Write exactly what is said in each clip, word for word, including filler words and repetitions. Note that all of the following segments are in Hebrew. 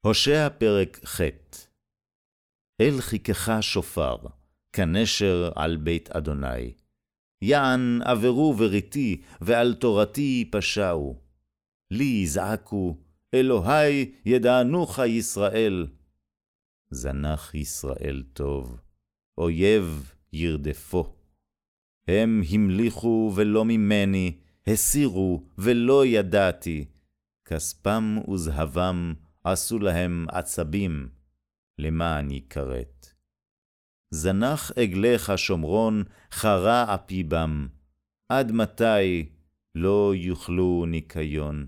הושע פרק ח'. אל חיכך שופר, כנשר על בית אדוני. יען עברו וריתי, ועל תורתי פשעו. לי יזעקו, אלוהי ידענוך ישראל. זנח ישראל טוב, אויב ירדפו. הם המליכו ולא ממני, הסירו ולא ידעתי. כספם וזהבם עשו להם עצבים, למען יכרת. זנח עגלך שומרון, חרה אפי בם, עד מתי לא יוכלו ניקיון?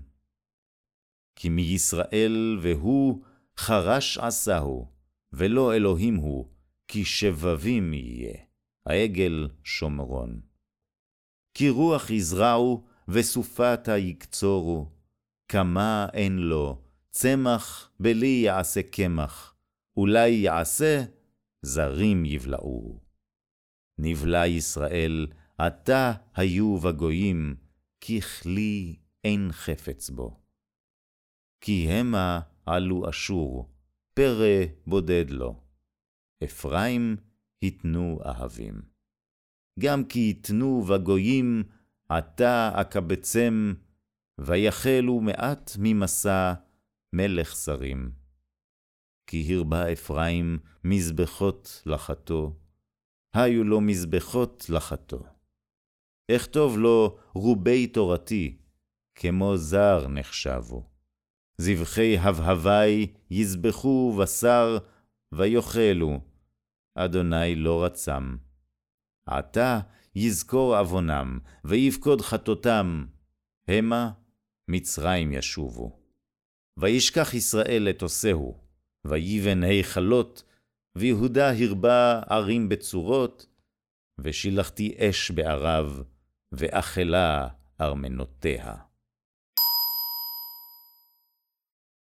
כי מישראל והוא חרש עשהו, ולא אלוהים הוא, כי שבבים יהיה, העגל שומרון. כי רוח יזרעו, וסופתה יקצורו, כמה אין לו, צמח בלי יעשה קמח, אולי יעשה, זרים יבלעו. נבלע ישראל, עתה היו בגויים, כי כלי אין חפץ בו. כי המה עלו אשור, פרא בודד לו. אפרים התנו אהבים. גם כי יתנו בגויים, עתה אקבצם, ויחלו מעט ממסע מלך שרים. כי הרבה אפרים מזבחות לחתו, היו לו מזבחות לחתו. אכתוב לו רובי תורתי, כמו זר נחשבו. זבחי הבהבי יזבחו בשר, ויאכלו, אדוני לא רצם. עתה יזכור עוונם, ויפקוד חטאותם, המה מצרים ישובו. וישכח ישראל את עושהו, ויבן היכלות, ויהודה הרבה ערים בצורות, ושילחתי אש בערב, ואכלה ארמנותיה.